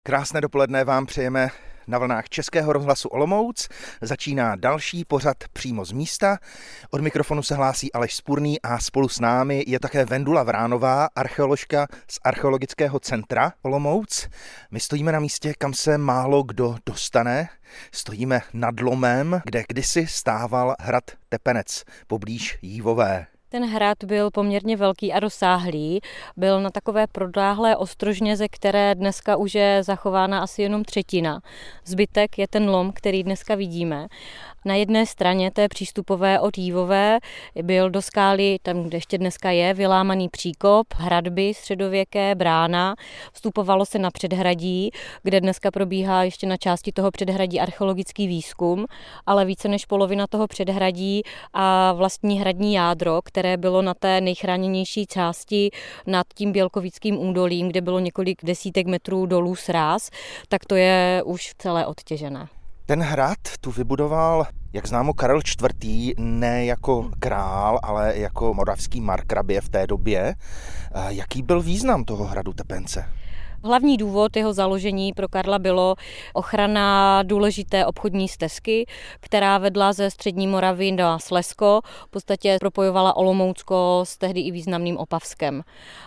Krásné dopoledne vám přejeme na vlnách Českého rozhlasu Olomouc. Začíná další pořad přímo z místa. Od mikrofonu se hlásí Aleš Spurný a spolu s námi je také Vendula Vránová, archeoložka z Archeologického centra Olomouc. My stojíme na místě, kam se málo kdo dostane. Stojíme nad lomem, kde kdysi stával hrad Tepenec, poblíž Jívové. Ten hrad byl poměrně velký a rozsáhlý, byl na takové prodáhlé ostrožně, ze které dneska už je zachována asi jenom třetina. Zbytek je ten lom, který dneska vidíme. Na jedné straně té přístupové od Jívové byl do skály, tam kde ještě dneska je, vylámaný příkop, hradby středověké, brána. Vstupovalo se na předhradí, kde dneska probíhá ještě na části toho předhradí archeologický výzkum, ale více než polovina toho předhradí a vlastní hradní jádro, které bylo na té nejchráněnější části nad tím Bělkovickým údolím, kde bylo několik desítek metrů dolů sráz, tak to je už celé odtěžené. Ten hrad tu vybudoval, jak známo, Karel IV. Ne jako král, ale jako moravský markrabě v té době. Jaký byl význam toho hradu Tepence? Hlavní důvod jeho založení pro Karla bylo ochrana důležité obchodní stezky, která vedla ze střední Moravy na Slezsko, v podstatě propojovala Olomoucko s tehdy i významným Opavskem.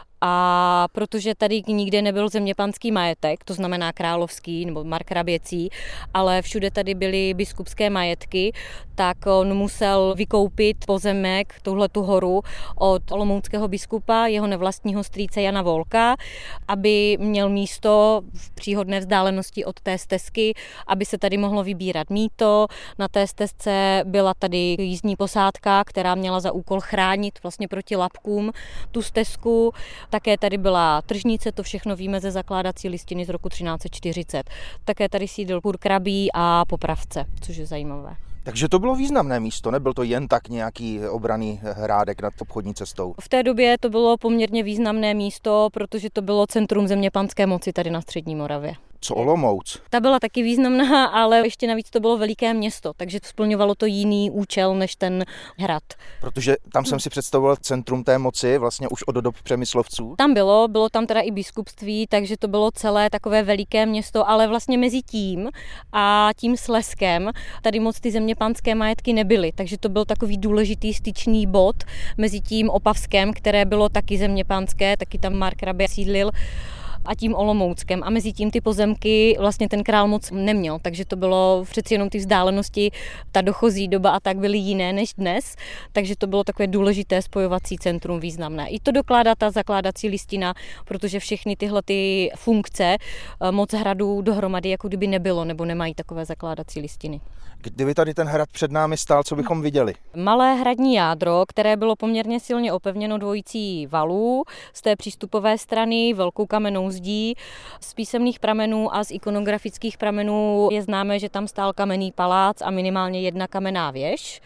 A protože tady nikde nebyl zeměpanský majetek, to znamená královský nebo markraběcí, ale všude tady byly biskupské majetky, tak on musel vykoupit pozemek, tuhletu horu od olomouckého biskupa, jeho nevlastního strýce Jana Volka, aby měl místo v příhodné vzdálenosti od té stezky, aby se tady mohlo vybírat mýto. Na té stezce byla tady jízdní posádka, která měla za úkol chránit vlastně proti lapkům tu stezku. Také tady byla tržnice, to všechno víme ze zakládací listiny z roku 1340. Také tady sídlil purkrabí a popravce, což je zajímavé. Takže to bylo významné místo, nebyl to jen tak nějaký obranný hrádek nad obchodní cestou? V té době to bylo poměrně významné místo, protože to bylo centrum zeměpanské moci tady na střední Moravě. Co Olomouc? Ta byla taky významná, ale ještě navíc to bylo veliké město, takže splňovalo to jiný účel než ten hrad. Protože tam jsem si představoval centrum té moci vlastně už od dob Přemyslovců. Tam bylo tam teda i biskupství, takže to bylo celé takové veliké město, ale vlastně mezi tím a tím Slezskem tady moc ty zeměpanské majetky nebyly, takže to byl takový důležitý styčný bod mezi tím Opavskem, které bylo taky zeměpanské, taky tam markrabě sídlil, a tím Olomouckem. A mezi tím ty pozemky vlastně ten král moc neměl, takže to bylo přeci jenom ty vzdálenosti, ta dochozí doba a tak byly jiné než dnes, takže to bylo takové důležité spojovací centrum významné. I to dokládá ta zakládací listina, protože všechny tyhle ty funkce moc hradů dohromady jako kdyby nebylo, nebo nemají takové zakládací listiny. Kdyby tady ten hrad před námi stál, co bychom viděli? Malé hradní jádro, které bylo poměrně silně opevněno dvojicí valů z té přístupové strany, velkou kamennou zdí. Z písemných pramenů a z ikonografických pramenů je známé, že tam stál kamenný palác a minimálně jedna kamenná věž.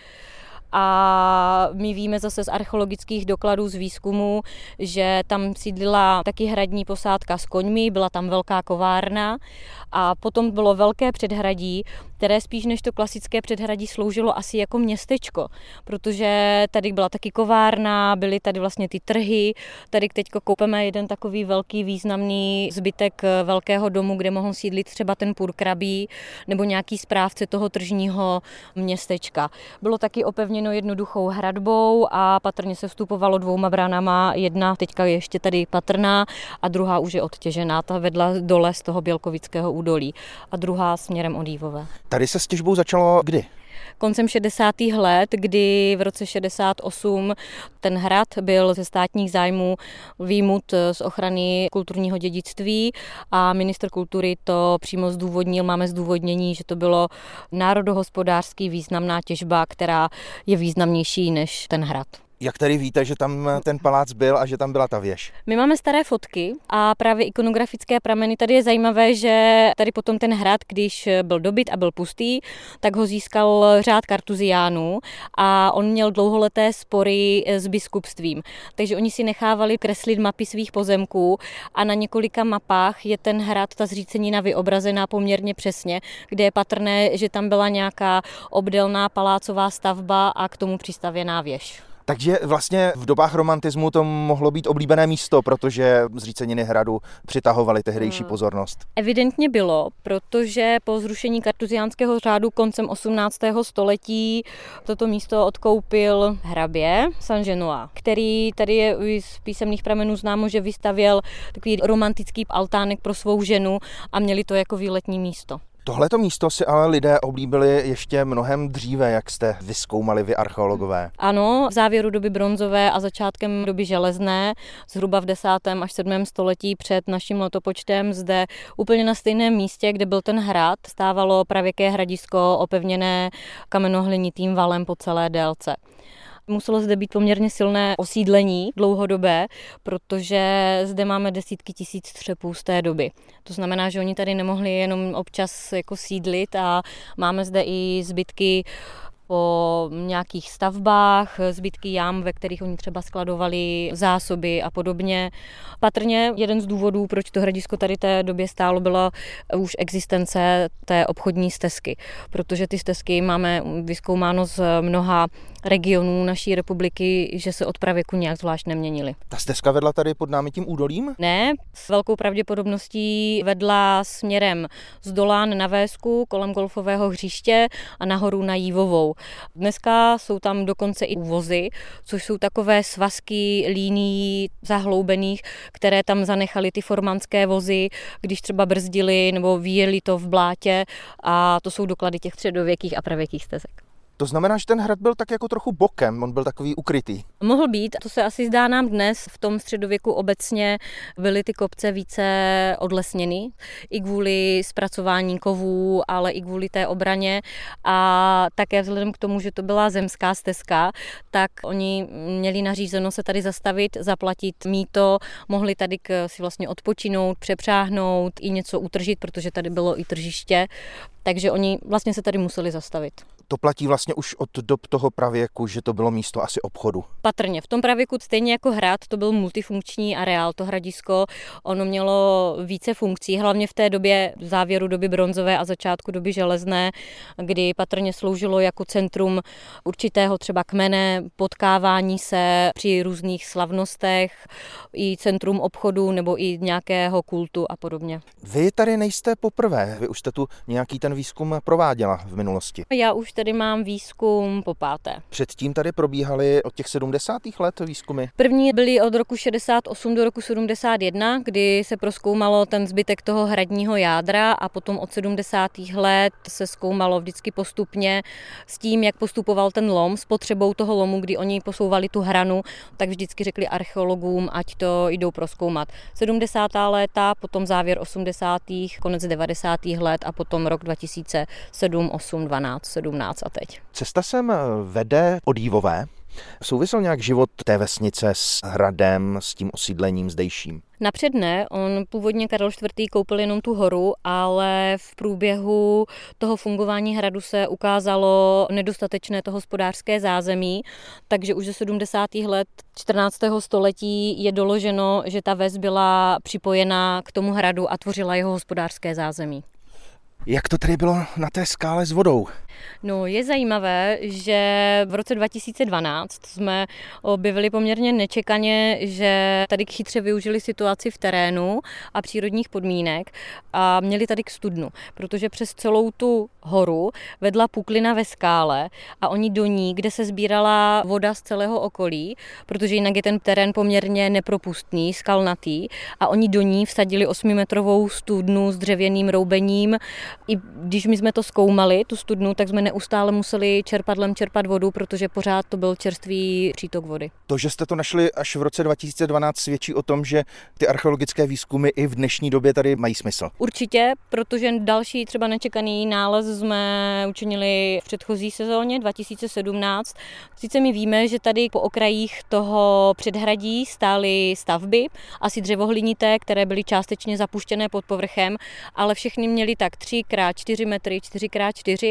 A my víme zase z archeologických dokladů z výzkumu, že tam sídlila taky hradní posádka s koňmi, byla tam velká kovárna a potom bylo velké předhradí, které spíš než to klasické předhradí sloužilo asi jako městečko, protože tady byla taky kovárna, byly tady vlastně ty trhy, tady teď koupeme jeden takový velký významný zbytek velkého domu, kde mohl sídlit třeba ten purkrabí nebo nějaký správce toho tržního městečka. Bylo taky opevněno jednoduchou hradbou a patrně se vstupovalo dvouma bránama, jedna teďka je ještě tady patrná a druhá už je odtěžená, ta vedla dole z toho Bělkovického údolí a druhá směrem od Jívové. Tady se s těžbou začalo kdy? Koncem 60. let, kdy v roce 68 ten hrad byl ze státních zájmů vyjmut z ochrany kulturního dědictví a ministr kultury to přímo zdůvodnil, máme zdůvodnění, že to bylo národohospodářsky významná těžba, která je významnější než ten hrad. Jak tady víte, že tam ten palác byl a že tam byla ta věž? My máme staré fotky a právě ikonografické prameny. Tady je zajímavé, že tady potom ten hrad, když byl dobyt a byl pustý, tak ho získal řád Kartuziánů a on měl dlouholeté spory s biskupstvím. Takže oni si nechávali kreslit mapy svých pozemků a na několika mapách je ten hrad, ta zřícenina vyobrazená poměrně přesně, kde je patrné, že tam byla nějaká obdélná palácová stavba a k tomu přistavěná věž. Takže vlastně v dobách romantismu to mohlo být oblíbené místo, protože zříceniny hradu přitahovaly tehdejší pozornost. Evidentně bylo, protože po zrušení kartuziánského řádu koncem 18. století toto místo odkoupil hrabě Saint-Genois, který tady je z písemných pramenů známo, že vystavěl takový romantický altánek pro svou ženu a měli to jako výletní místo. Tohleto místo si ale lidé oblíbili ještě mnohem dříve, jak jste vyzkoumali vy archeologové. Ano, v závěru doby bronzové a začátkem doby železné, zhruba v 10. až 7. století před naším letopočtem, zde úplně na stejném místě, kde byl ten hrad, stávalo pravěké hradisko opevněné kamenohlinitým valem po celé délce. Muselo zde být poměrně silné osídlení dlouhodobé, protože zde máme desítky tisíc třepů z té doby. To znamená, že oni tady nemohli jenom občas jako sídlit a máme zde i zbytky po nějakých stavbách, zbytky jam, ve kterých oni třeba skladovali zásoby a podobně. Patrně jeden z důvodů, proč to hradisko tady té době stálo, byla už existence té obchodní stezky, protože ty stezky máme vyzkoumáno z mnoha regionů naší republiky, že se od pravěku nějak zvlášť neměnily. Ta stezka vedla tady pod námi tím údolím? Ne, s velkou pravděpodobností vedla směrem z Dolán na Vésku kolem golfového hřiště a nahoru na Jívovou. Dneska jsou tam dokonce i úvozy, což jsou takové svazky línií zahloubených, které tam zanechaly ty formánské vozy, když třeba brzdili nebo vyjeli to v blátě, a to jsou doklady těch středověkých a pravěkých stezek. To znamená, že ten hrad byl tak jako trochu bokem, on byl takový ukrytý. Mohl být, to se asi zdá nám dnes, v tom středověku obecně byly ty kopce více odlesněny, i kvůli zpracování kovů, ale i kvůli té obraně, a také vzhledem k tomu, že to byla zemská stezka, tak oni měli nařízeno se tady zastavit, zaplatit mýto, mohli tady si vlastně odpočinout, přepřáhnout i něco utržit, protože tady bylo i tržiště, takže oni vlastně se tady museli zastavit. To platí vlastně už od dob toho pravěku, že to bylo místo asi obchodu. Patrně. V tom pravěku stejně jako hrad, to byl multifunkční areál, to hradisko. Ono mělo více funkcí, hlavně v té době závěru doby bronzové a začátku doby železné, kdy patrně sloužilo jako centrum určitého třeba kmene, potkávání se při různých slavnostech, i centrum obchodu nebo i nějakého kultu a podobně. Vy tady nejste poprvé, vy už jste tu nějaký ten výzkum prováděla v minulosti. Já už tady mám výzkum po páté. Předtím tady probíhaly od těch 70. let výzkumy? První byly od roku 68 do roku 71, kdy se prozkoumalo ten zbytek toho hradního jádra, a potom od 70. let se zkoumalo vždycky postupně s tím, jak postupoval ten lom, s potřebou toho lomu, kdy oni posouvali tu hranu, tak vždycky řekli archeologům, ať to jdou prozkoumat. 70. léta, potom závěr 80., konec 90. let a potom rok 2007, 8, 12, 17 a teď. Cesta sem vede od Jívové. Souvisel nějak život té vesnice s hradem, s tím osídlením zdejším? Napřed ne, on původně Karel IV. Koupil jenom tu horu, ale v průběhu toho fungování hradu se ukázalo nedostatečné to hospodářské zázemí, takže už ze 70. let 14. století je doloženo, že ta ves byla připojena k tomu hradu a tvořila jeho hospodářské zázemí. Jak to tedy bylo na té skále s vodou? No, je zajímavé, že v roce 2012 jsme objevili poměrně nečekaně, že tady chytře využili situaci v terénu a přírodních podmínek a měli tady k studnu, protože přes celou tu horu vedla puklina ve skále a oni do ní, kde se sbírala voda z celého okolí, protože jinak je ten terén poměrně nepropustný, skalnatý, a oni do ní vsadili 8metrovou studnu s dřevěným roubením. I když my jsme to zkoumali, tu studnu, tak jsme neustále museli čerpadlem čerpat vodu, protože pořád to byl čerstvý přítok vody. To, že jste to našli až v roce 2012, svědčí o tom, že ty archeologické výzkumy i v dnešní době tady mají smysl. Určitě, protože další třeba nečekaný nález jsme učinili v předchozí sezóně 2017. Sice my víme, že tady po okrajích toho předhradí stály stavby, asi dřevohlinité, které byly částečně zapuštěné pod povrchem, ale všechny měly tak 3x4 metry, 4x4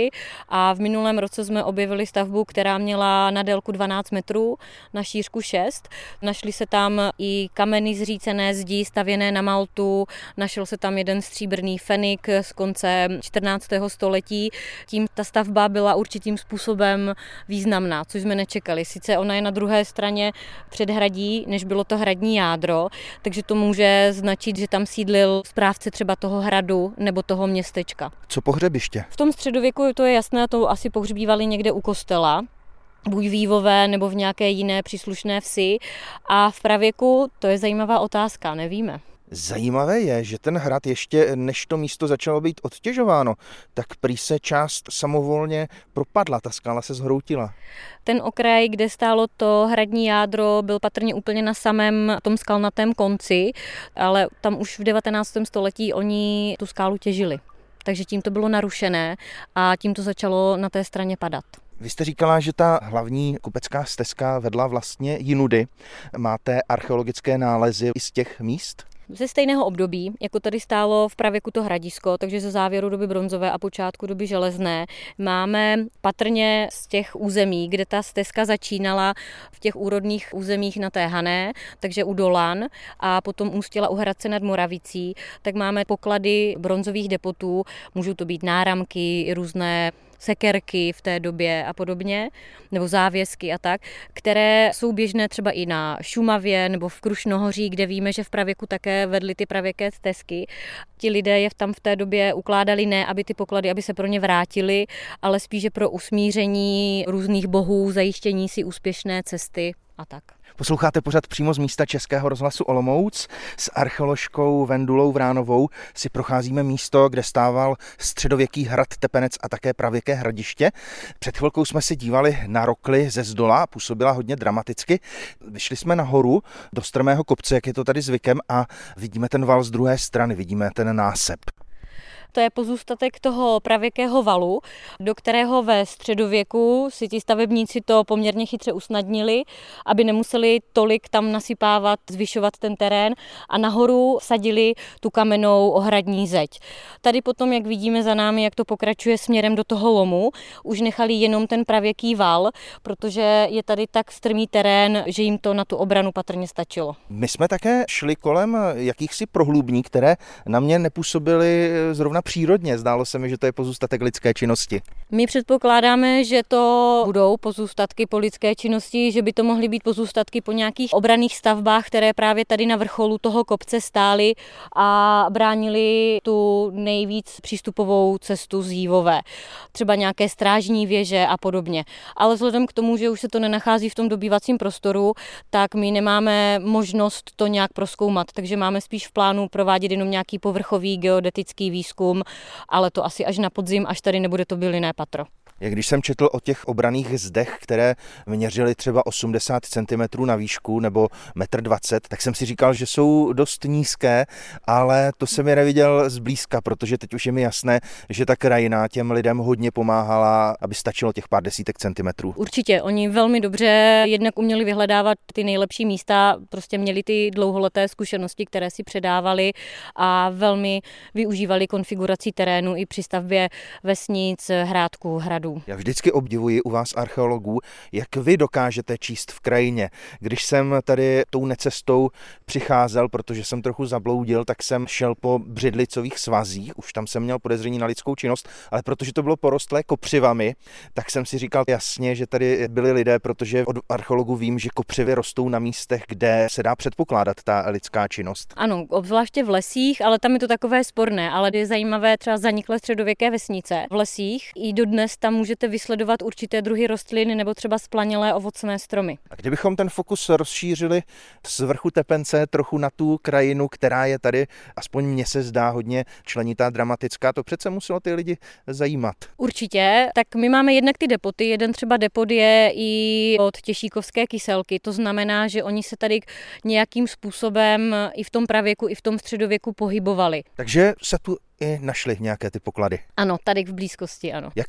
A v minulém roce jsme objevili stavbu, která měla na délku 12 metrů, na šířku 6. Našli se tam i kameny zřícené zdi stavěné na maltu, našel se tam jeden stříbrný fenik z konce 14. století. Tím ta stavba byla určitým způsobem významná, což jsme nečekali. Sice ona je na druhé straně předhradí, než bylo to hradní jádro, takže to může značit, že tam sídlil správce třeba toho hradu nebo toho městečka. Co pohřebiště? V tom středověku to je jasné, to asi pohřbívali někde u kostela, buď v Jívové nebo v nějaké jiné příslušné vsi. A v pravěku, to je zajímavá otázka, nevíme. Zajímavé je, že ten hrad ještě než to místo začalo být odtěžováno, tak prý se část samovolně propadla, ta skála se zhroutila. Ten okraj, kde stálo to hradní jádro, byl patrně úplně na samém tom skalnatém konci, ale tam už v 19. století oni tu skálu těžili. Takže tím to bylo narušené a tím to začalo na té straně padat. Vy jste říkala, že ta hlavní kupecká stezka vedla vlastně jinudy. Máte archeologické nálezy i z těch míst? Ze stejného období, jako tady stálo v pravěku to hradisko, takže ze závěru doby bronzové a počátku doby železné, máme patrně z těch území, kde ta stezka začínala v těch úrodných územích na té Hané, takže u Dolan a potom ústila u Hradce nad Moravicí, tak máme poklady bronzových depotů, můžou to být náramky, různé sekerky v té době a podobně, nebo závěsky a tak, které jsou běžné třeba i na Šumavě nebo v Krušnohoří, kde víme, že v pravěku také vedly ty pravěké stezky. Ti lidé je tam v té době ukládali ne, aby ty poklady, aby se pro ně vrátili, ale spíše pro usmíření různých bohů, zajištění si úspěšné cesty a tak. Posloucháte pořad přímo z místa Českého rozhlasu Olomouc. S archeoložkou Vendulou Vránovou si procházíme místo, kde stával středověký hrad Tepenec a také pravěké hradiště. Před chvilkou jsme si dívali na rokli ze zdola, působila hodně dramaticky. Vyšli jsme nahoru do strmého kopce, jak je to tady zvykem, a vidíme ten val z druhé strany, vidíme ten násep. To je pozůstatek toho pravěkého valu, do kterého ve středověku si ti stavebníci to poměrně chytře usnadnili, aby nemuseli tolik tam nasypávat, zvyšovat ten terén a nahoru sadili tu kamennou ohradní zeď. Tady potom, jak vidíme za námi, jak to pokračuje směrem do toho lomu, už nechali jenom ten pravěký val, protože je tady tak strmý terén, že jim to na tu obranu patrně stačilo. My jsme také šli kolem jakýchsi prohlubní, které na mě nepůsobily zrovna přírodně. Zdálo se mi, že to je pozůstatek lidské činnosti. My předpokládáme, že to budou pozůstatky po lidské činnosti, že by to mohly být pozůstatky po nějakých obranných stavbách, které právě tady na vrcholu toho kopce stály a bránili tu nejvíc přístupovou cestu z Jívové. Třeba nějaké strážní věže a podobně. Ale vzhledem k tomu, že už se to nenachází v tom dobývacím prostoru, tak my nemáme možnost to nějak prozkoumat, takže máme spíš v plánu provádět jenom nějaký povrchový geodetický výzkum, ale to asi až na podzim, až tady nebude to bylinné patro. Jak když jsem četl o těch obranných zdech, které měřily třeba 80 cm na výšku nebo 1,20 m, tak jsem si říkal, že jsou dost nízké, ale to jsem je neviděl zblízka, protože teď už je mi jasné, že ta krajina těm lidem hodně pomáhala, aby stačilo těch pár desítek centimetrů. Určitě, oni velmi dobře jednak uměli vyhledávat ty nejlepší místa, prostě měli ty dlouholeté zkušenosti, které si předávali a velmi využívali konfigurací terénu i při stavbě vesnic, hrádků, hradů. Já vždycky obdivuji u vás archeologů, jak vy dokážete číst v krajině. Když jsem tady tou necestou přicházel, protože jsem trochu zabloudil, tak jsem šel po břidlicových svazích, už tam jsem měl podezření na lidskou činnost, ale protože to bylo porostlé kopřivami, tak jsem si říkal jasně, že tady byli lidé, protože od archeologů vím, že kopřivy rostou na místech, kde se dá předpokládat ta lidská činnost. Ano, obzvláště v lesích, ale tam je to takové sporné, ale je zajímavé třeba zaniklé středověké vesnice v lesích. I dodnes tam můžete vysledovat určité druhy rostlin nebo třeba splanělé ovocné stromy. A kdybychom ten fokus rozšířili z vrchu Tepence trochu na tu krajinu, která je tady, aspoň mně se zdá hodně členitá, dramatická, to přece muselo ty lidi zajímat. Určitě, tak my máme jednak ty depoty, jeden třeba depot je i od Těšíkovské Kyselky, to znamená, že oni se tady nějakým způsobem i v tom pravěku, i v tom středověku pohybovali. Takže se tu i našly nějaké ty poklady. Ano, tady v blízkosti, ano. Jaké?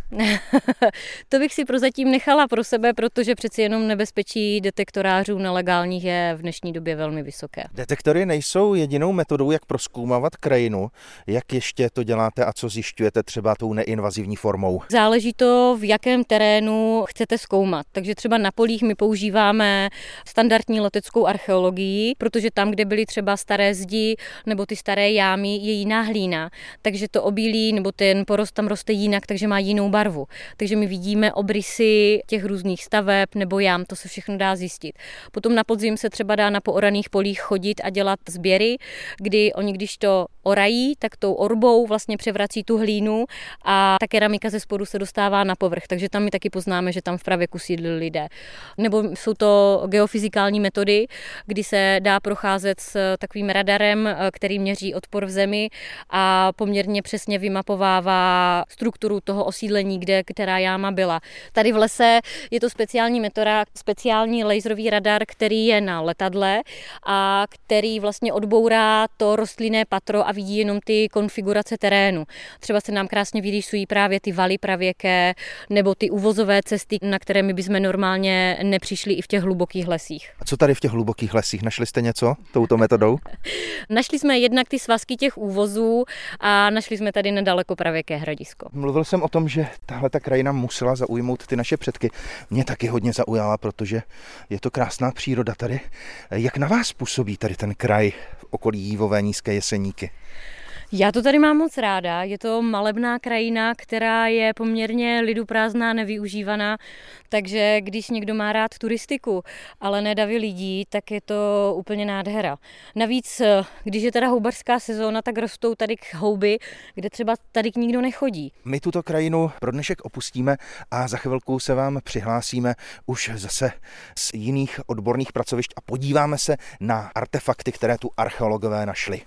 To bych si prozatím nechala pro sebe, protože přeci jenom nebezpečí detektorářů nelegálních je v dnešní době velmi vysoké. Detektory nejsou jedinou metodou, jak prozkoumávat krajinu. Jak ještě to děláte a co zjišťujete třeba tou neinvazivní formou? Záleží to, v jakém terénu chcete zkoumat. Takže třeba na polích my používáme standardní leteckou archeologii, protože tam, kde byly třeba staré zdi nebo ty staré jámy, je jiná hlína. Takže to obilí nebo ten porost tam roste jinak, takže má jinou barvu. Takže my vidíme obrysy těch různých staveb nebo jám, to se všechno dá zjistit. Potom na podzim se třeba dá na pooraných polích chodit a dělat sběry, kdy oni, když to orají, tak tou orbou vlastně převrací tu hlínu a ta keramika ze spodu se dostává na povrch, takže tam my taky poznáme, že tam v pravěku sídlili lidé. Nebo jsou to geofyzikální metody, kdy se dá procházet s takovým radarem, který měří odpor v zemi a poměrně přesně vymapovává strukturu toho osídlení, která jáma byla. Tady v lese je to speciální metoda, speciální laserový radar, který je na letadle a který vlastně odbourá to rostlinné patro a vidí jenom ty konfigurace terénu. Třeba se nám krásně vyrýsují právě ty valy pravěké nebo ty uvozové cesty, na které my bychom normálně nepřišli i v těch hlubokých lesích. A co tady v těch hlubokých lesích? Našli jste něco touto metodou? Našli jsme jednak ty svazky těch úvozů a našli jsme tady nedaleko pravěké hradisko. Mluvil jsem o tom, že tahle ta krajina musela zaujmout ty naše předky. Mě taky hodně zaujala, protože je to krásná příroda tady. Jak na vás působí tady ten kraj v okolí Jívové Nízké Jeseníky? Já to tady mám moc ráda, je to malebná krajina, která je poměrně liduprázdná, nevyužívaná, takže když někdo má rád turistiku, ale ne davy lidí, tak je to úplně nádhera. Navíc, když je teda houbařská sezóna, tak rostou tady houby, kde třeba tady nikdo nechodí. My tuto krajinu pro dnešek opustíme a za chvilku se vám přihlásíme už zase z jiných odborných pracovišť a podíváme se na artefakty, které tu archeologové našli.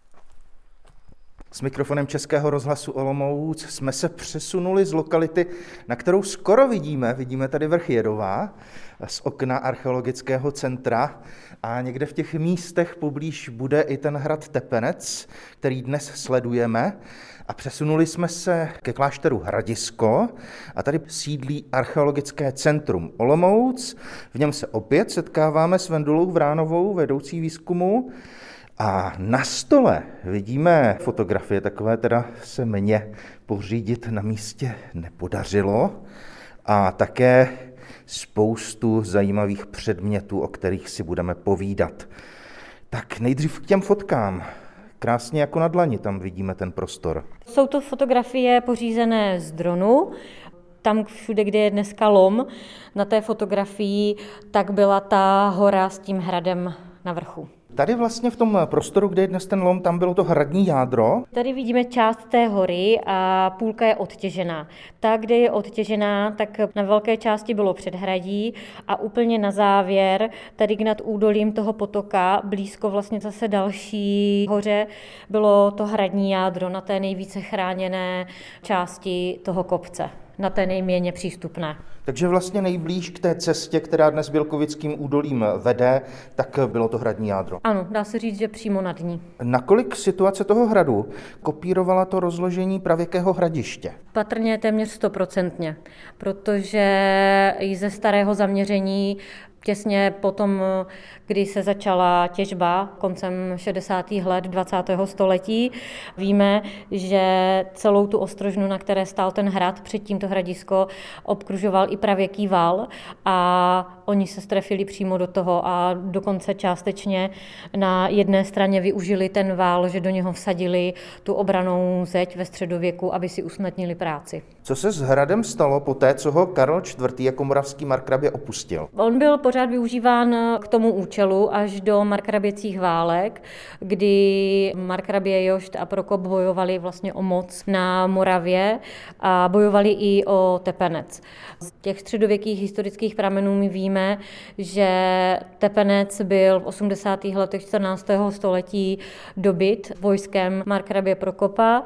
S mikrofonem Českého rozhlasu Olomouc jsme se přesunuli z lokality, na kterou skoro vidíme tady vrch Jedová z okna archeologického centra a někde v těch místech poblíž bude i ten hrad Tepenec, který dnes sledujeme. A přesunuli jsme se ke klášteru Hradisko a tady sídlí archeologické centrum Olomouc. V něm se opět setkáváme s Vendulou Vránovou, vedoucí výzkumu. A na stole vidíme fotografie, takové teda se mně pořídit na místě nepodařilo. A také spoustu zajímavých předmětů, o kterých si budeme povídat. Tak nejdřív k těm fotkám. Krásně jako na dlani tam vidíme ten prostor. Jsou to fotografie pořízené z dronu. Tam všude, kde je dneska lom, na té fotografii, tak byla ta hora s tím hradem na vrchu. Tady vlastně v tom prostoru, kde je dnes ten lom, tam bylo to hradní jádro. Tady vidíme část té hory a půlka je odtěžená. Ta, kde je odtěžená, tak na velké části bylo předhradí a úplně na závěr, tady nad údolím toho potoka, blízko vlastně zase další hoře, bylo to hradní jádro na té nejvíce chráněné části toho kopce, na té nejméně přístupné. Takže vlastně nejblíž k té cestě, která dnes Bělkovickým údolím vede, tak bylo to hradní jádro. Ano, dá se říct, že přímo nad ní. Nakolik situace toho hradu kopírovala to rozložení pravěkého hradiště? Patrně téměř 100%, protože i ze starého zaměření těsně potom, kdy se začala těžba koncem 60. let 20. století, víme, že celou tu ostrožnu, na které stál ten hrad, předtím to hradisko, obkružoval i pravěký val a oni se strefili přímo do toho a dokonce částečně na jedné straně využili ten val, že do něho vsadili tu obrannou zeď ve středověku, aby si usnadnili práci. Co se s hradem stalo poté, co ho Karel IV. Jako moravský markrabě opustil? On byl pořád využíván k tomu účelu až do markraběcích válek, kdy markrabě Jošt a Prokop bojovali vlastně o moc na Moravě a bojovali i o Tepenec. Z těch středověkých historických pramenů my víme, že Tepenec byl v 80. letech 14. století dobyt vojskem markrabě Prokopa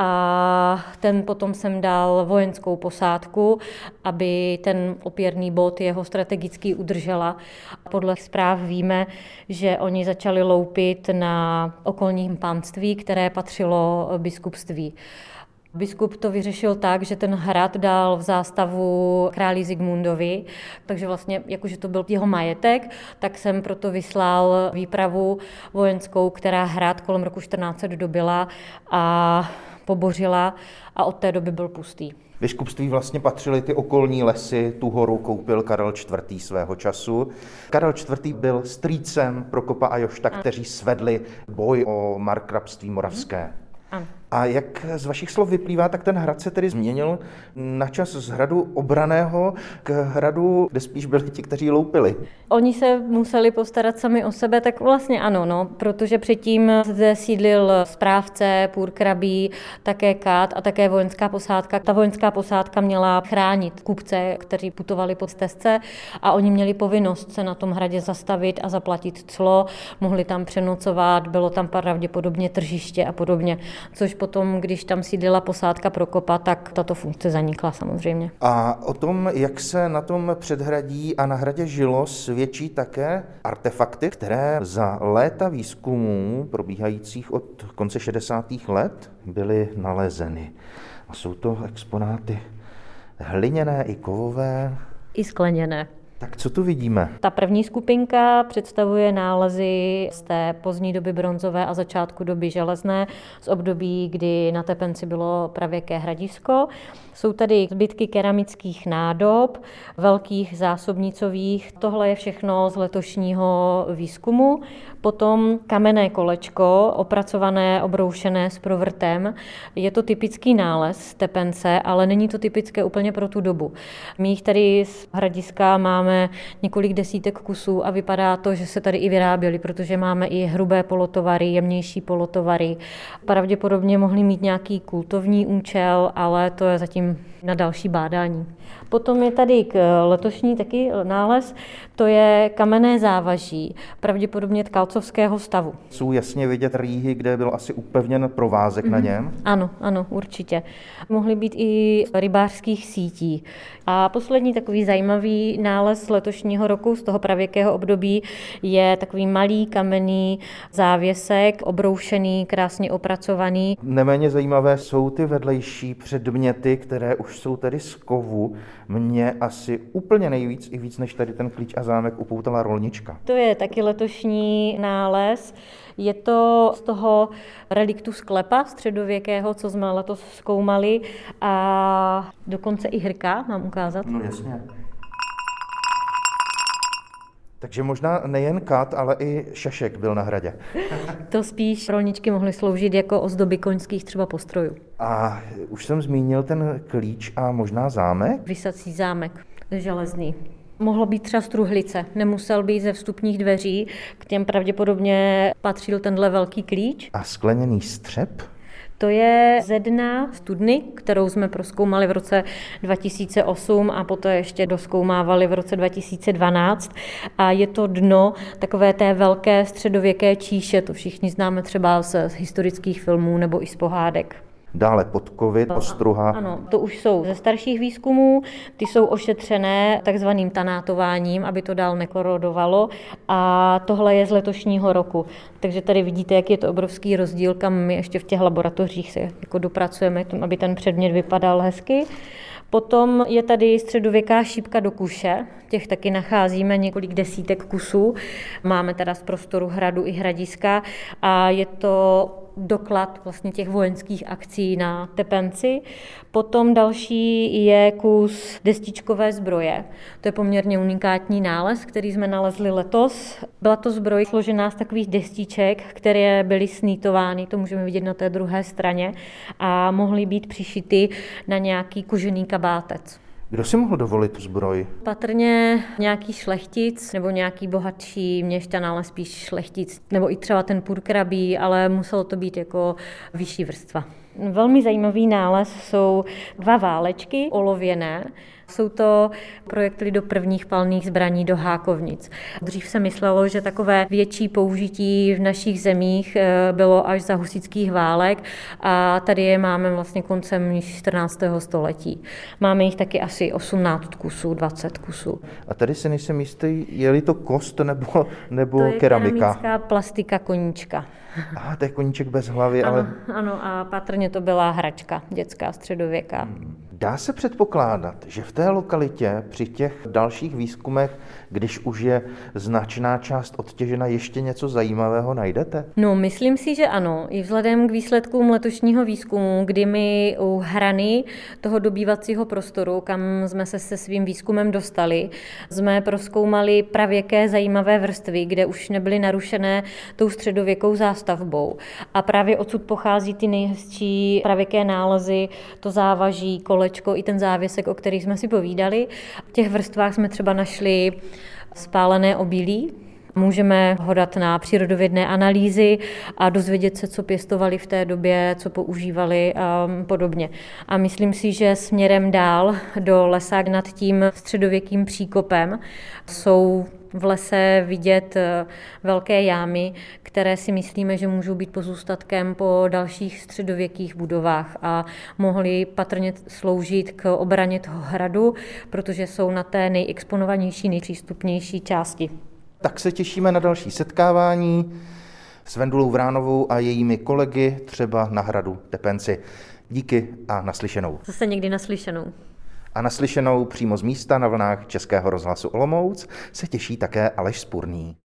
a ten potom sem dal vojenskou posádku, aby ten opěrný bod jeho strategicky udržela. Podle zpráv víme, že oni začali loupit na okolním panství, které patřilo biskupství. Biskup to vyřešil tak, že ten hrad dal v zástavu králi Zikmundovi, takže vlastně, jakože to byl jeho majetek, tak jsem proto vyslal výpravu vojenskou, která hrad kolem roku 1400 dobyla a pobořila a od té doby byl pustý. Biskupství vlastně patřily ty okolní lesy, tu horu koupil Karel IV. Svého času. Karel IV. Byl strýcem Prokopa a Jošta, kteří svedli boj o markrabství moravské. Ano. A jak z vašich slov vyplývá, tak ten hrad se tedy změnil na čas z hradu obraného k hradu, kde spíš byli ti, kteří loupili. Oni se museli postarat sami o sebe, tak vlastně ano, protože předtím zde sídlil správce, purkrabí, také kat a také vojenská posádka. Ta vojenská posádka měla chránit kupce, kteří putovali po stezce a oni měli povinnost se na tom hradě zastavit a zaplatit clo, mohli tam přenocovat, bylo tam pravděpodobně tržiště a podobně, což potom, když tam sídlila posádka Prokopa, tak tato funkce zanikla samozřejmě. A o tom, jak se na tom předhradí a na hradě žilo, svědčí také artefakty, které za léta výzkumů probíhajících od konce 60. let byly nalezeny. A jsou to exponáty hliněné i kovové. I skleněné. Tak co tu vidíme? Ta první skupinka představuje nálezy z té pozdní doby bronzové a začátku doby železné, z období, kdy na Tepenci bylo pravěké hradisko. Jsou tady zbytky keramických nádob, velkých zásobnicových. Tohle je všechno z letošního výzkumu. Potom kamenné kolečko, opracované, obroušené s provrtem. Je to typický nález z Tepence, ale není to typické úplně pro tu dobu. My jich tady z hradiska máme několik desítek kusů a vypadá to, že se tady i vyráběly, protože máme i hrubé polotovary, jemnější polotovary. Pravděpodobně mohly mít nějaký kultovní účel, ale to je zatím na další bádání. Potom je tady letošní taky nález, to je kamenné závaží, pravděpodobně tkalcovského stavu. Jsou jasně vidět rýhy, kde byl asi upevněn provázek na něm? Ano, určitě. Mohly být i rybářských sítí. A poslední takový zajímavý nález letošního roku z toho pravěkého období je takový malý kamenný závěsek, obroušený, krásně opracovaný. Neméně zajímavé jsou ty vedlejší předměty, které už jsou tady z kovu. Mě asi úplně nejvíc, i víc než tady ten klíč a zámek, upoutala rolnička. To je taky letošní nález. Je to z toho reliktu sklepa středověkého, co jsme letos zkoumali, a dokonce i hrka, mám ukázat? No jasně. Takže možná nejen kat, ale i šašek byl na hradě. To spíš rolničky mohly sloužit jako ozdoby koňských třeba postrojů. A už jsem zmínil ten klíč a možná zámek? Vysací zámek, železný. Mohlo být třeba z truhlice, nemusel být ze vstupních dveří, k těm pravděpodobně patřil tenhle velký klíč. A skleněný střep? To je ze dna studny, kterou jsme prozkoumali v roce 2008 a poté ještě dozkoumávali v roce 2012. A je to dno takové té velké středověké číše, to všichni známe třeba z historických filmů nebo i z pohádek. Dále podkovy, ostruha. Ano, to už jsou ze starších výzkumů, ty jsou ošetřené takzvaným tanátováním, aby to dál nekorodovalo, a tohle je z letošního roku. Takže tady vidíte, jak je to obrovský rozdíl, kam my ještě v těch laboratořích se jako dopracujeme, aby ten předmět vypadal hezky. Potom je tady středověká šípka do kuše, těch taky nacházíme několik desítek kusů. Máme teda z prostoru hradu i hradiska a je to doklad vlastně těch vojenských akcí na Tepenci. Potom další je kus destičkové zbroje. To je poměrně unikátní nález, který jsme nalezli letos. Byla to zbroj složená z takových destiček, které byly snýtovány, to můžeme vidět na té druhé straně, a mohly být přišity na nějaký kožený kabátec. Kdo si mohl dovolit zbroj? Patrně nějaký šlechtic nebo nějaký bohatší měšťan, ale spíš šlechtic, nebo i třeba ten purkrabí, ale muselo to být jako vyšší vrstva. Velmi zajímavý nález jsou 2 válečky olověné Jsou to projektily do prvních palných zbraní do hákovnic. Dřív se myslelo, že takové větší použití v našich zemích bylo až za husitských válek a tady je máme vlastně koncem 14. století. Máme jich taky asi 18 kusů, 20 kusů. A tady si nejsem jistý, je-li to kost nebo to je keramika? keramická plastika koníčka. Aha, to je koníček bez hlavy, Ano, ale... ano, a patrně to byla hračka dětská, středověká. Dá se předpokládat, že v té lokalitě při těch dalších výzkumech, když už je značná část odtěžena, ještě něco zajímavého najdete? No, myslím si, že ano. I vzhledem k výsledkům letošního výzkumu, kdy my u hrany toho dobývacího prostoru, kam jsme se svým výzkumem dostali, jsme prozkoumali pravěké zajímavé vrstvy, kde už nebyly narušené tou středověkou zástavbou. A právě odsud pochází ty nejhezčí pravěké nálezy, to závaží, kolečko i ten závěsek, o kterých jsme si povídali. V těch vrstvách jsme třeba našli spálené obilí. Můžeme ho dát na přírodovědné analýzy a dozvědět se, co pěstovali v té době, co používali a podobně. A myslím si, že směrem dál do lesa nad tím středověkým příkopem jsou v lese vidět velké jámy, které si myslíme, že můžou být pozůstatkem po dalších středověkých budovách a mohly patrně sloužit k obraně toho hradu, protože jsou na té nejexponovanější, nejpřístupnější části. Tak se těšíme na další setkávání s Vendulou Vránovou a jejími kolegy třeba na hradu Tepenci. Díky a naslyšenou. Zase někdy naslyšenou. A naslyšenou přímo z místa na vlnách Českého rozhlasu Olomouc se těší také Aleš Spurný.